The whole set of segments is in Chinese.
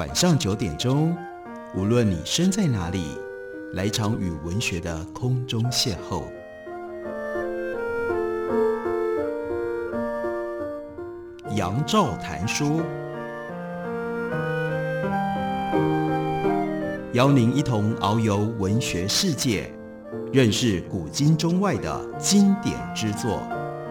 晚上9点钟，无论你身在哪里，来一场与文学的空中邂逅。杨照谈书，邀您一同遨游文学世界，认识古今中外的经典之作。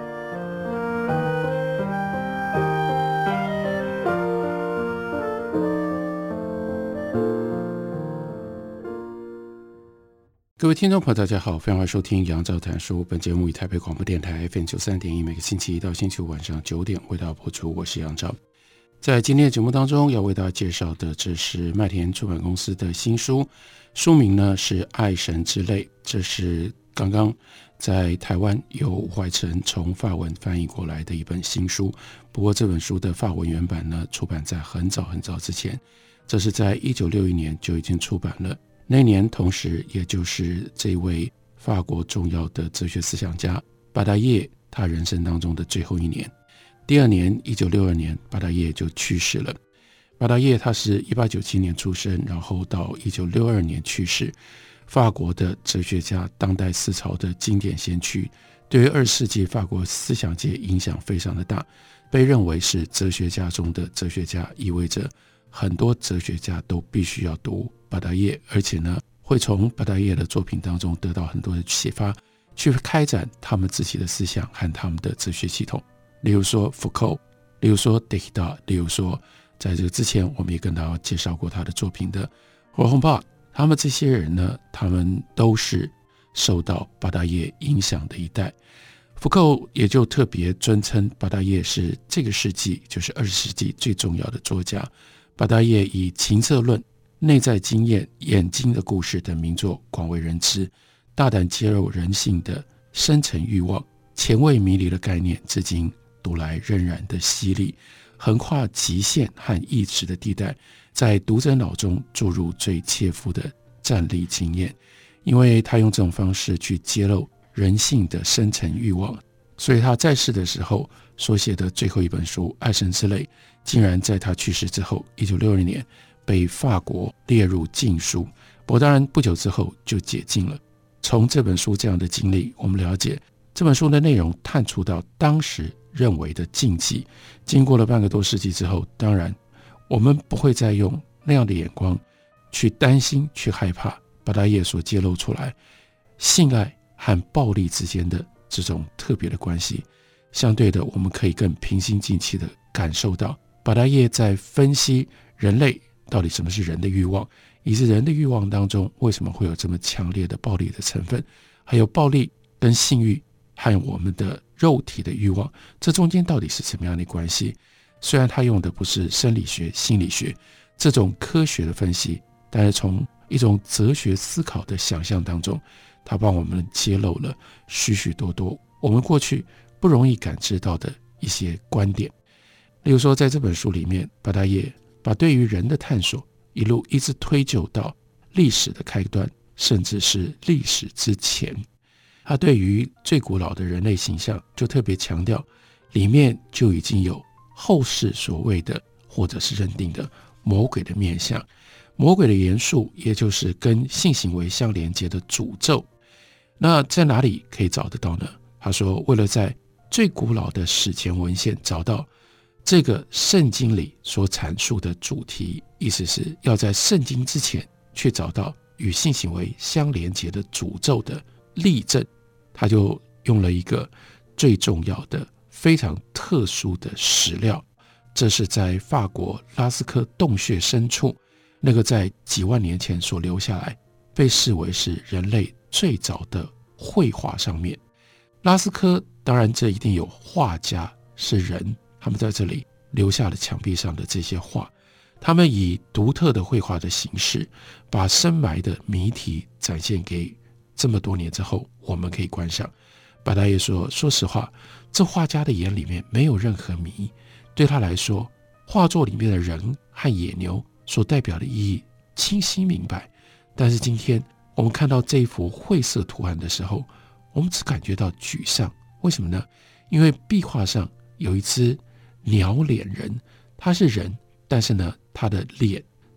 各位听众朋友大家好，非常欢迎收听杨照谈书。本节目以台北广播电台 FM93.1 每个星期一到星期五晚上9点为大家播出，我是杨照。在今天的节目当中要为大家介绍的，这是麦田出版公司的新书，书名呢是《爱神之泪》，这是刚刚在台湾由吴怀成从法文翻译过来的一本新书。不过这本书的法文原版呢出版在很早很早之前，这是在1961年就已经出版了。那年同时也就是这位法国重要的哲学思想家巴达耶他人生当中的最后一年。第二年1962年巴达耶就去世了。巴达耶他是1897年出生，然后到1962年去世。法国的哲学家，当代思潮的经典先驱，对于20世纪法国思想界影响非常的大，被认为是哲学家中的哲学家，意味着很多哲学家都必须要读巴达耶，而且呢会从巴达耶的作品当中得到很多的启发，去开展他们自己的思想和他们的哲学系统。例如说福柯，例如说德希达，例如说在这个之前我们也跟大家介绍过他的作品的罗洪巴，他们这些人呢，他们都是受到巴达耶影响的一代。福柯也就特别尊称巴达耶是这个世纪，就是20世纪最重要的作家。巴达耶以情色论、内在经验、眼睛的故事等名作广为人知，大胆揭露人性的深层欲望，前卫迷离的概念至今读来仍然的犀利，横跨极限和意识的地带，在读者脑中注入最切肤的战力经验。因为他用这种方式去揭露人性的深层欲望，所以他在世的时候所写的最后一本书《爱神之泪》竟然在他去世之后1962年被法国列入禁书，不过当然不久之后就解禁了。从这本书这样的经历，我们了解这本书的内容探出到当时认为的禁忌。经过了半个多世纪之后，当然我们不会再用那样的眼光去担心去害怕巴达耶所揭露出来性爱和暴力之间的这种特别的关系。相对的，我们可以更平心静气的感受到巴达耶在分析人类到底什么是人的欲望，以及人的欲望当中为什么会有这么强烈的暴力的成分，还有暴力跟性欲和我们的肉体的欲望，这中间到底是什么样的关系。虽然他用的不是生理学、心理学这种科学的分析，但是从一种哲学思考的想象当中，他帮我们揭露了许许多多我们过去不容易感知到的一些观点。例如说在这本书里面，巴达耶把对于人的探索一直推究到历史的开端，甚至是历史之前。他对于最古老的人类形象就特别强调，里面就已经有后世所谓的或者是认定的魔鬼的面相。魔鬼的元素也就是跟性行为相连接的诅咒。那在哪里可以找得到呢？他说为了在最古老的史前文献找到这个圣经里所阐述的主题，意思是要在圣经之前去找到与性行为相连接的诅咒的例证。他就用了一个最重要的非常特殊的史料，这是在法国拉斯科洞穴深处那个在几万年前所留下来，被视为是人类最早的绘画上面。拉斯科当然这一定有画家是人，他们在这里留下了墙壁上的这些画，他们以独特的绘画的形式把深埋的谜题展现给这么多年之后我们可以观赏。巴达耶说，说实话，这画家的眼里面没有任何谜，对他来说，画作里面的人和野牛所代表的意义清晰明白。但是今天我们看到这一幅绘色图案的时候，我们只感觉到沮丧。为什么呢？因为壁画上有一只鸟脸人，他是人，但是呢，他的脸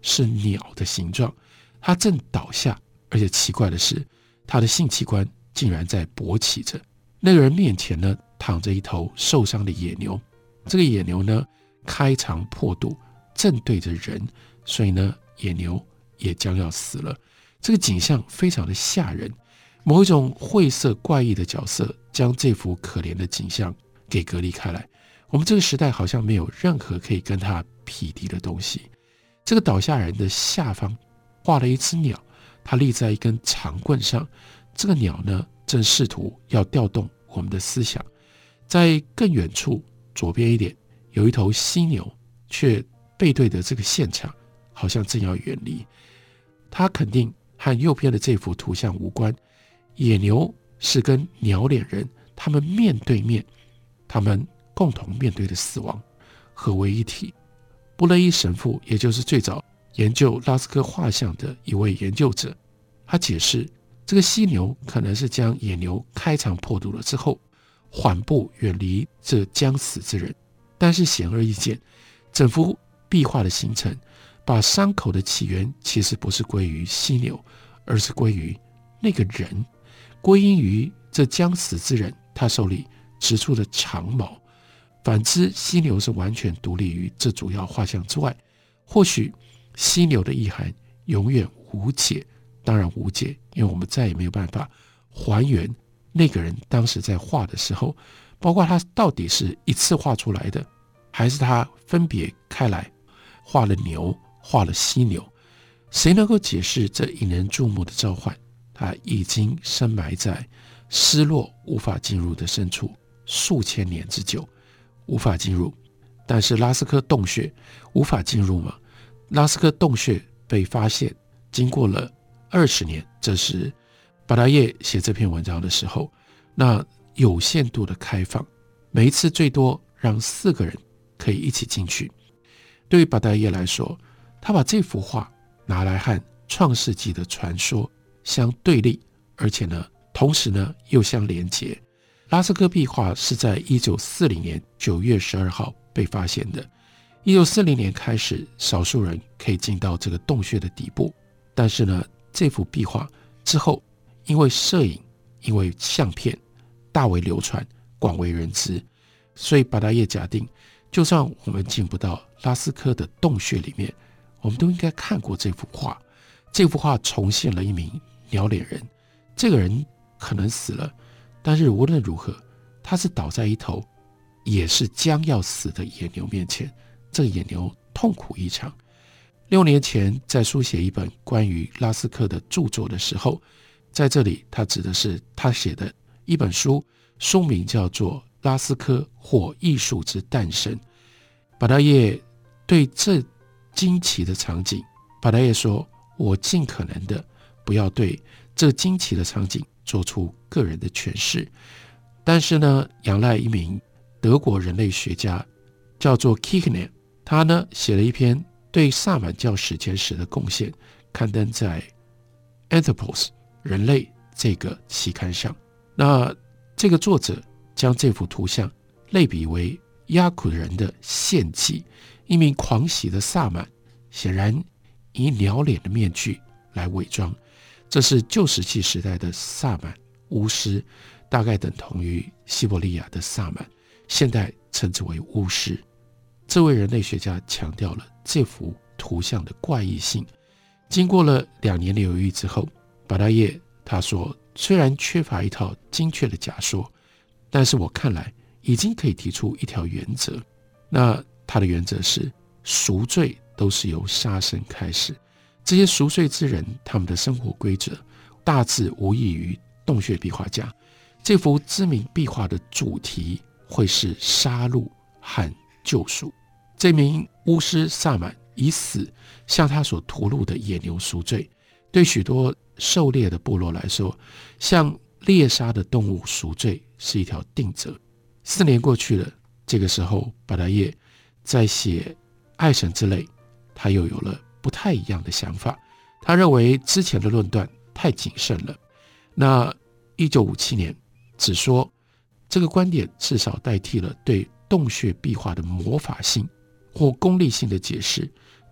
是鸟的形状，它正倒下，而且奇怪的是，它的性器官竟然在勃起着。那个人面前呢，躺着一头受伤的野牛，这个野牛呢，开肠破肚，正对着人，所以呢，野牛也将要死了。这个景象非常的吓人，某一种晦涩怪异的角色将这幅可怜的景象给隔离开来。我们这个时代好像没有任何可以跟它匹敌的东西。这个倒下人的下方画了一只鸟，它立在一根长棍上，这个鸟呢，正试图要调动我们的思想。在更远处左边一点，有一头犀牛，却背对着这个现场，好像正要远离。它肯定和右边的这幅图像无关。野牛是跟鸟脸人他们面对面，他们共同面对的死亡合为一体。布勒伊神父，也就是最早研究拉斯科画像的一位研究者，他解释这个犀牛可能是将野牛开肠破肚了之后，缓步远离这将死之人。但是显而易见，整幅壁画的形成，把伤口的起源其实不是归于犀牛，而是归于那个人，归因于这将死之人他手里直出的长矛。反之，犀牛是完全独立于这主要画像之外。或许犀牛的意涵永远无解，当然无解，因为我们再也没有办法还原那个人当时在画的时候，包括他到底是一次画出来的，还是他分别开来画了牛，画了犀牛。谁能够解释这引人注目的召唤？他已经深埋在失落无法进入的深处数千年之久，无法进入。但是拉斯科洞穴无法进入吗？拉斯科洞穴被发现经过了20年，这时巴达耶写这篇文章的时候，那有限度的开放，每一次最多让4个人可以一起进去。对于巴达耶来说，他把这幅画拿来和创世纪的传说相对立，而且呢，同时呢又相连结。拉斯科壁画是在1940年9月12号被发现的。1940年开始，少数人可以进到这个洞穴的底部，但是呢，这幅壁画之后，因为摄影，因为相片大为流传，广为人知，所以巴达耶假定，就算我们进不到拉斯科的洞穴里面，我们都应该看过这幅画。这幅画重现了一名鸟脸人，这个人可能死了，但是无论如何，他是倒在一头也是将要死的野牛面前，这个野牛痛苦异常。6年前在书写一本关于拉斯科的著作的时候，在这里他指的是他写的一本书，书名叫做《拉斯科或艺术之诞生》。巴达耶对这惊奇的场景，巴达耶说，我尽可能的不要对这惊奇的场景做出个人的诠释，但是呢，仰赖一名德国人类学家叫做 Kirchner， 他呢写了一篇对萨满教史前史的贡献，刊登在 Anthropos 人类这个期刊上。那这个作者将这幅图像类比为雅库人的献祭，一名狂喜的萨满显然以鸟脸的面具来伪装。这是旧石器时代的萨满巫师，大概等同于西伯利亚的萨满，现代称之为巫师。这位人类学家强调了这幅图像的怪异性。经过了2年的犹豫之后，巴达耶他说，虽然缺乏一套精确的假说，但是我看来已经可以提出一条原则。那他的原则是，赎罪都是由杀生开始。这些赎罪之人，他们的生活规则大致无异于洞穴壁画家。这幅知名壁画的主题会是杀戮和救赎。这名巫师萨满以死向他所屠戮的野牛赎罪。对许多狩猎的部落来说，向猎杀的动物赎罪是一条定则。4年过去了，这个时候巴达耶在写爱神之泪，他又有了不太一样的想法。他认为之前的论断太谨慎了。那1957年只说这个观点至少代替了对洞穴壁画的魔法性或功利性的解释，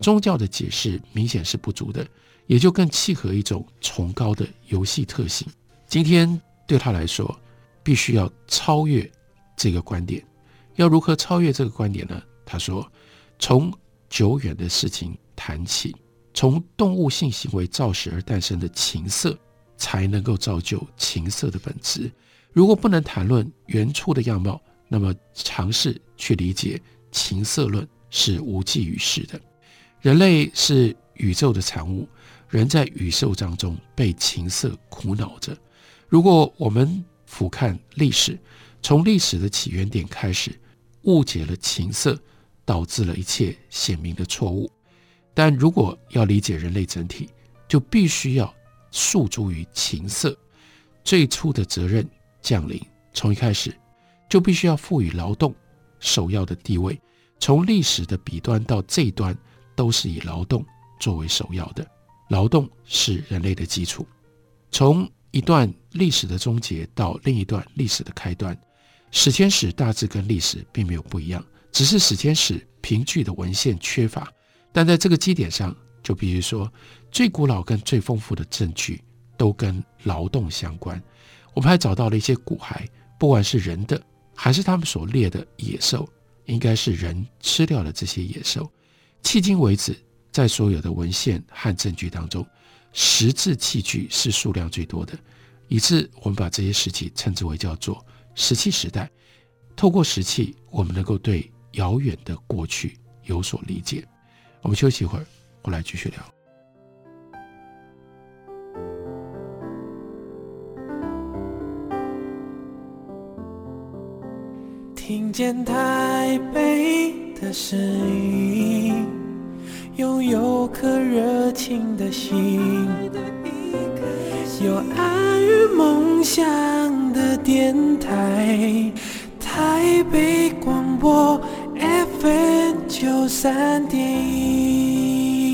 宗教的解释明显是不足的，也就更契合一种崇高的游戏特性。今天对他来说，必须要超越这个观点。要如何超越这个观点呢？他说，从久远的事情谈起，从动物性行为造始而诞生的情色，才能够造就情色的本质。如果不能谈论原初的样貌，那么尝试去理解情色论是无济于事的。人类是宇宙的产物，人在宇宙当中被情色苦恼着。如果我们俯瞰历史，从历史的起源点开始，误解了情色，导致了一切显明的错误。但如果要理解人类整体，就必须要诉诸于情色。最初的责任降临，从一开始就必须要赋予劳动首要的地位。从历史的彼端到这一端，都是以劳动作为首要的。劳动是人类的基础。从一段历史的终结到另一段历史的开端，史前史大致跟历史并没有不一样，只是史前史凭据的文献缺乏。但在这个基点上，就必须说，最古老跟最丰富的证据都跟劳动相关。我们还找到了一些骨骸，不管是人的还是他们所猎的野兽，应该是人吃掉了这些野兽。迄今为止，在所有的文献和证据当中，石制器具是数量最多的，以致我们把这些石器称之为叫做石器时代。透过石器，我们能够对遥远的过去有所理解。我们休息一会儿，回来继续聊。 听见台北的声音，拥有颗热情的心，有爱与梦想的电台，台北广播 FM93.1。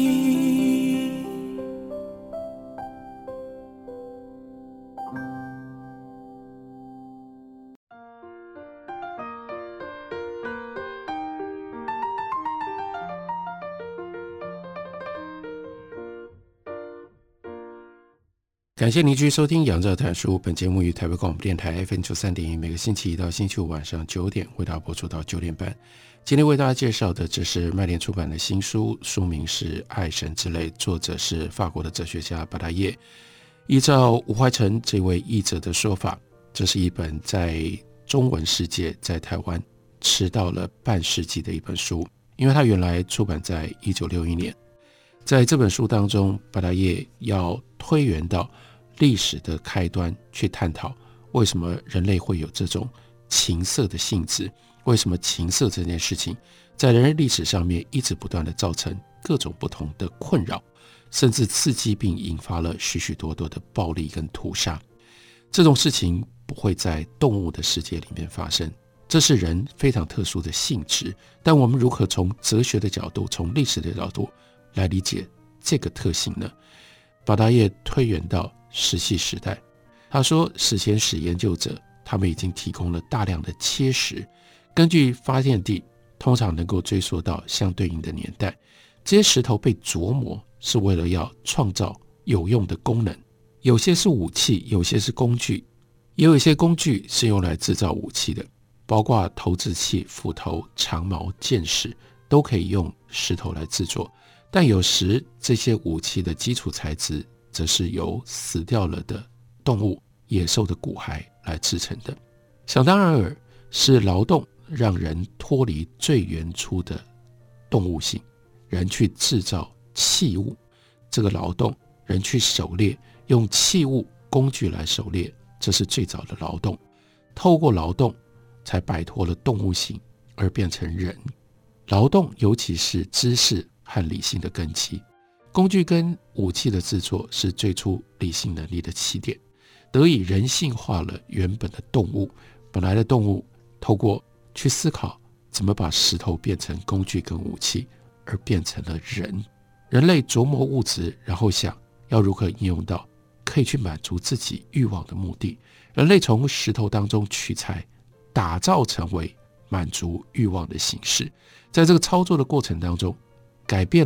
感谢您继续收听杨照谈书，本节目于台北广播电台 FM93.1，每个星期一到星期五晚上9点为大家播出到9点半。今天为大家介绍的这是麦田出版的新书，书名是《爱神之泪》，作者是法国的哲学家巴达耶。依照吴怀成这位译者的说法，这是一本在中文世界在台湾迟到了半世纪的一本书，因为它原来出版在1961年。在这本书当中，巴达耶要推源到历史的开端，去探讨为什么人类会有这种情色的性质，为什么情色这件事情在人类历史上面一直不断的造成各种不同的困扰，甚至刺激并引发了许许多多的暴力跟屠杀。这种事情不会在动物的世界里面发生，这是人非常特殊的性质。但我们如何从哲学的角度，从历史的角度来理解这个特性呢？巴达耶推源到石器时代，他说史前史研究者他们已经提供了大量的切石，根据发现地通常能够追溯到相对应的年代。这些石头被琢磨是为了要创造有用的功能，有些是武器，有些是工具，也有一些工具是用来制造武器的，包括投掷器、斧头、长矛、剑矢都可以用石头来制作。但有时这些武器的基础材质则是由死掉了的动物、野兽的骨骸来制成的。想当然尔，是劳动让人脱离最原初的动物性，人去制造器物。这个劳动，人去狩猎，用器物工具来狩猎，这是最早的劳动。透过劳动才摆脱了动物性而变成人。劳动尤其是知识和理性的根基，工具跟武器的制作是最初理性能力的起点，得以人性化了原本的动物。本来的动物透过去思考怎么把石头变成工具跟武器，而变成了人。人类琢磨物质，然后想要如何应用到可以去满足自己欲望的目的。人类从石头当中取材，打造成为满足欲望的形式。在这个操作的过程当中，改变了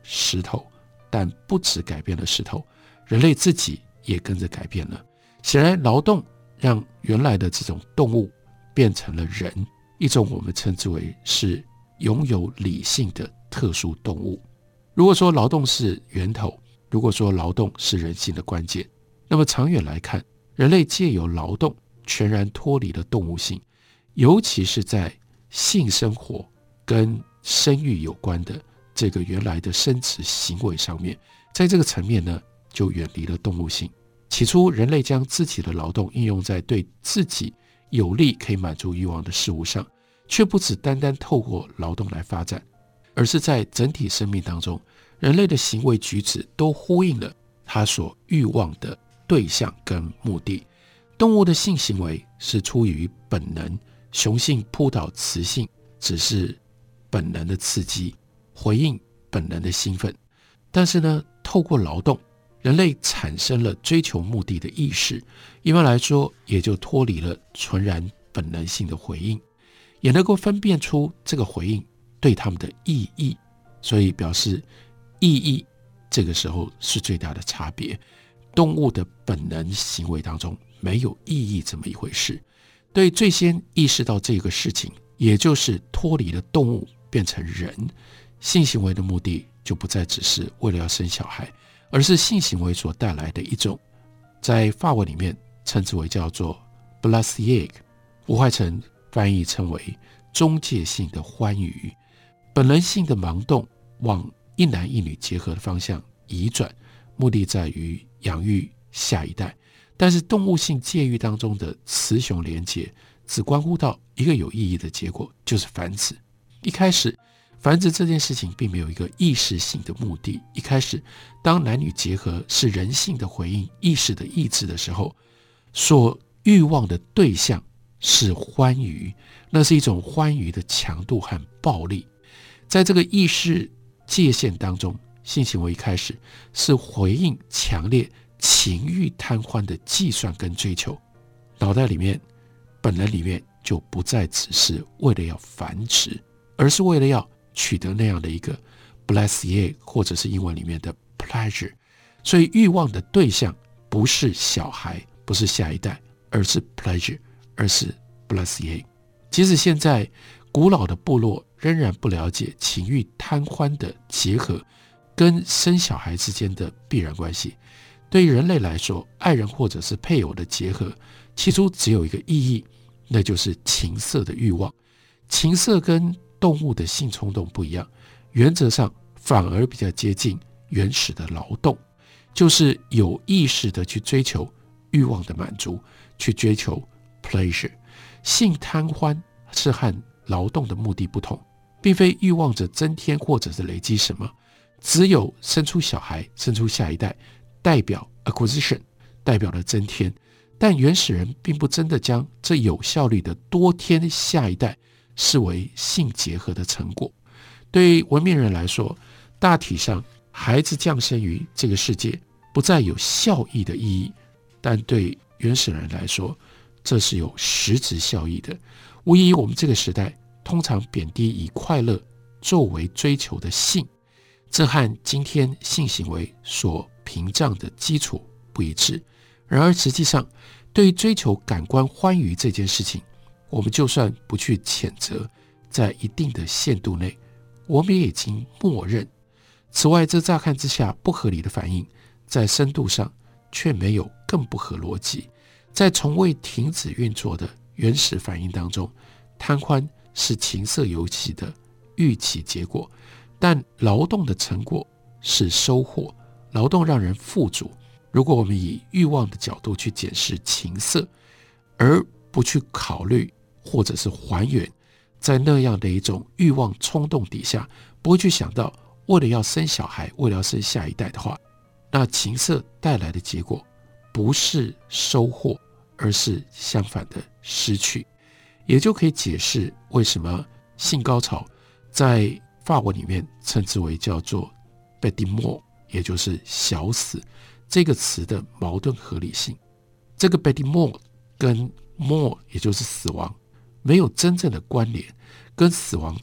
石头，但不只改变了石头，人类自己也跟着改变了。显然劳动让原来的这种动物变成了人，一种我们称之为是拥有理性的特殊动物。如果说劳动是源头，如果说劳动是人性的关键，那么长远来看，人类借由劳动全然脱离了动物性，尤其是在性生活跟生育有关的这个原来的生殖行为上面，在这个层面呢，就远离了动物性。起初人类将自己的劳动应用在对自己有利可以满足欲望的事物上，却不只单单透过劳动来发展，而是在整体生命当中，人类的行为举止都呼应了他所欲望的对象跟目的。动物的性行为是出于本能，雄性扑倒雌性只是本能的刺激，回应本能的兴奋。但是呢，透过劳动，人类产生了追求目的的意识，一般来说也就脱离了纯然本能性的回应，也能够分辨出这个回应对他们的意义，所以表示意义这个时候是最大的差别。动物的本能行为当中没有意义这么一回事。对最先意识到这个事情，也就是脱离了动物变成人，性行为的目的就不再只是为了要生小孩，而是性行为所带来的一种，在法文里面称之为叫做 plaisir， 吴怀成翻译称为中介性的欢愉。本能性的盲动往一男一女结合的方向移转，目的在于养育下一代。但是动物性界域当中的雌雄连结只关乎到一个有意义的结果，就是繁殖。一开始繁殖这件事情并没有一个意识性的目的，一开始当男女结合是人性的回应意识的意志的时候，所欲望的对象是欢愉，那是一种欢愉的强度和暴力。在这个意识界限当中，性行为一开始是回应强烈情欲贪欢的计算跟追求，脑袋里面本能里面就不再只是为了要繁殖，而是为了要取得那样的一个 plaisir， 或者是英文里面的 pleasure。 所以欲望的对象不是小孩，不是下一代，而是 pleasure， 而是 plaisir。 即使现在古老的部落仍然不了解情欲贪欢的结合跟生小孩之间的必然关系，对于人类来说，爱人或者是配偶的结合起初只有一个意义，那就是情色的欲望。情色跟动物的性冲动不一样，原则上反而比较接近原始的劳动，就是有意识的去追求欲望的满足，去追求 pleasure。 性贪欢是和劳动的目的不同，并非欲望着增添或者是累积什么，只有生出小孩，生出下一代，代表 acquisition， 代表了增添。但原始人并不真的将这有效率的多添下一代视为性结合的成果。对于文明人来说，大体上孩子降生于这个世界不再有效益的意义，但对原始人来说，这是有实质效益的。无疑我们这个时代通常贬低以快乐作为追求的性，这和今天性行为所屏障的基础不一致。然而实际上，对于追求感官欢愉这件事情，我们就算不去谴责，在一定的限度内，我们也已经默认。此外，这乍看之下不合理的反应，在深度上却没有更不合逻辑。在从未停止运作的原始反应当中，贪欢是情色游戏的预期结果，但劳动的成果是收获。劳动让人富足。如果我们以欲望的角度去检视情色，而不去考虑或者是还原在那样的一种欲望冲动底下，不会去想到为了要生小孩，为了要生下一代的话，那情色带来的结果不是收获，而是相反的失去。也就可以解释为什么性高潮在法文里面称之为叫做 petit mort， 也就是小死这个词的矛盾合理性。这个 petit mort 跟 mort 也就是死亡没有真正的关联，跟死亡的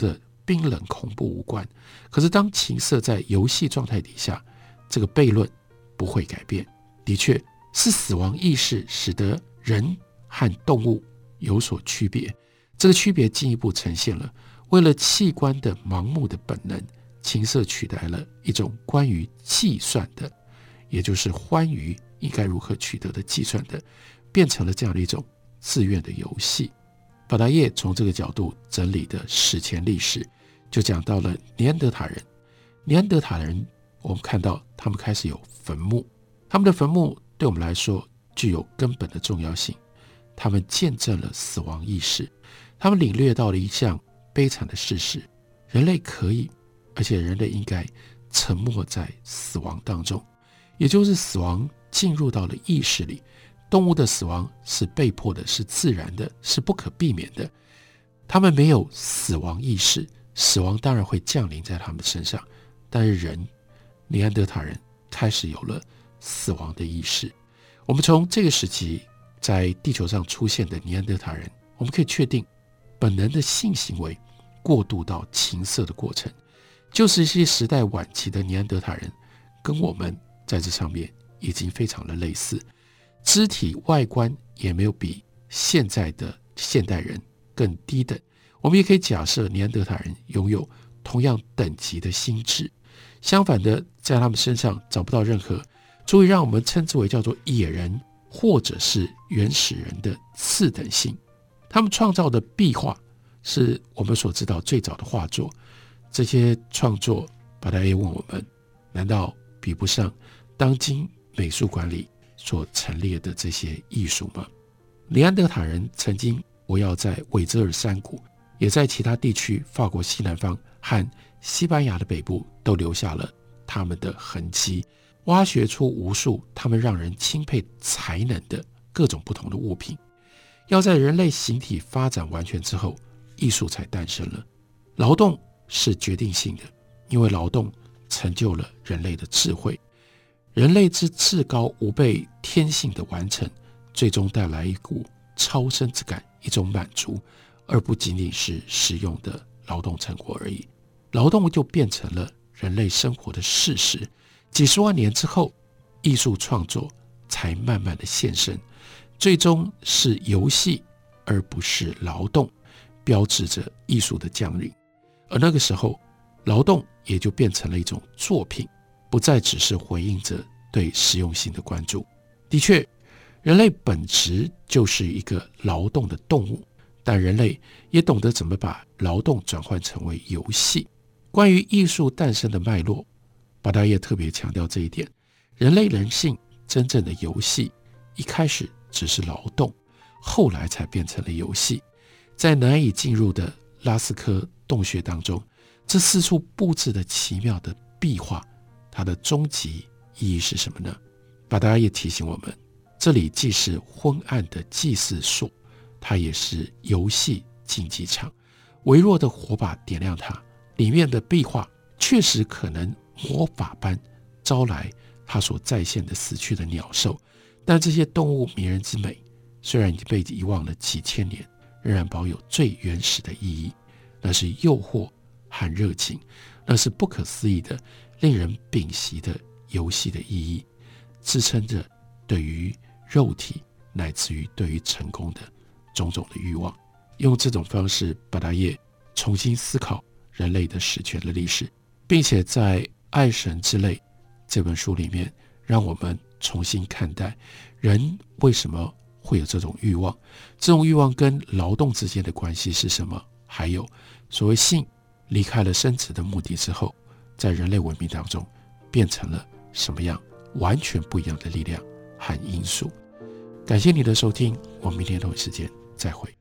冰冷恐怖无关。可是当情色在游戏状态底下，这个悖论不会改变。的确是死亡意识使得人和动物有所区别，这个区别进一步呈现了为了器官的盲目的本能，情色取代了一种关于计算的，也就是欢愉应该如何取得的计算的，变成了这样的一种自愿的游戏。巴达耶从这个角度整理的史前历史，就讲到了尼安德塔人。尼安德塔人，我们看到他们开始有坟墓，他们的坟墓对我们来说具有根本的重要性。他们见证了死亡意识，他们领略到了一项悲惨的事实：人类可以，而且人类应该沉没在死亡当中，也就是死亡进入到了意识里。动物的死亡是被迫的，是自然的，是不可避免的。他们没有死亡意识，死亡当然会降临在他们身上。但是人，尼安德塔人开始有了死亡的意识。我们从这个时期在地球上出现的尼安德塔人，我们可以确定本能的性行为过渡到情色的过程，就是一些时代晚期的尼安德塔人跟我们在这上面已经非常的类似，肢体外观也没有比现在的现代人更低等。我们也可以假设尼安德塔人拥有同样等级的心智，相反的，在他们身上找不到任何足以让我们称之为叫做野人或者是原始人的次等性。他们创造的壁画是我们所知道最早的画作，这些创作巴达耶问我们，难道比不上当今美术馆里所陈列的这些艺术吗？尼安德塔人曾经围绕在韦泽尔山谷，也在其他地区法国西南方和西班牙的北部都留下了他们的痕迹，挖掘出无数他们让人钦佩才能的各种不同的物品。要在人类形体发展完全之后，艺术才诞生了。劳动是决定性的，因为劳动成就了人类的智慧。人类之至高无被天性的完成，最终带来一股超生之感，一种满足，而不仅仅是实用的劳动成果而已。劳动就变成了人类生活的事实。几十万年之后，艺术创作才慢慢的现身，最终是游戏而不是劳动，标志着艺术的降临。而那个时候，劳动也就变成了一种作品，不再只是回应着对实用性的关注。的确，人类本质就是一个劳动的动物，但人类也懂得怎么把劳动转换成为游戏。关于艺术诞生的脉络，巴达耶特别强调这一点。人类人性真正的游戏，一开始只是劳动，后来才变成了游戏。在难以进入的拉斯科洞穴当中，这四处布置的奇妙的壁画，它的终极意义是什么呢？巴达耶提醒我们，这里既是昏暗的祭祀所，它也是游戏竞技场。微弱的火把点亮它，里面的壁画确实可能魔法般招来它所再现的死去的鸟兽，但这些动物迷人之美，虽然已经被遗忘了几千年，仍然保有最原始的意义。那是诱惑和热情，那是不可思议的令人屏息的游戏的意义，支撑着对于肉体乃至于对于成功的种种的欲望。用这种方式，巴达耶重新思考人类的史前的历史，并且在《爱神之泪》这本书里面，让我们重新看待人为什么会有这种欲望，这种欲望跟劳动之间的关系是什么，还有所谓性离开了生殖的目的之后，在人类文明当中变成了什么样完全不一样的力量和因素。感谢你的收听，我们明天同一时间再会。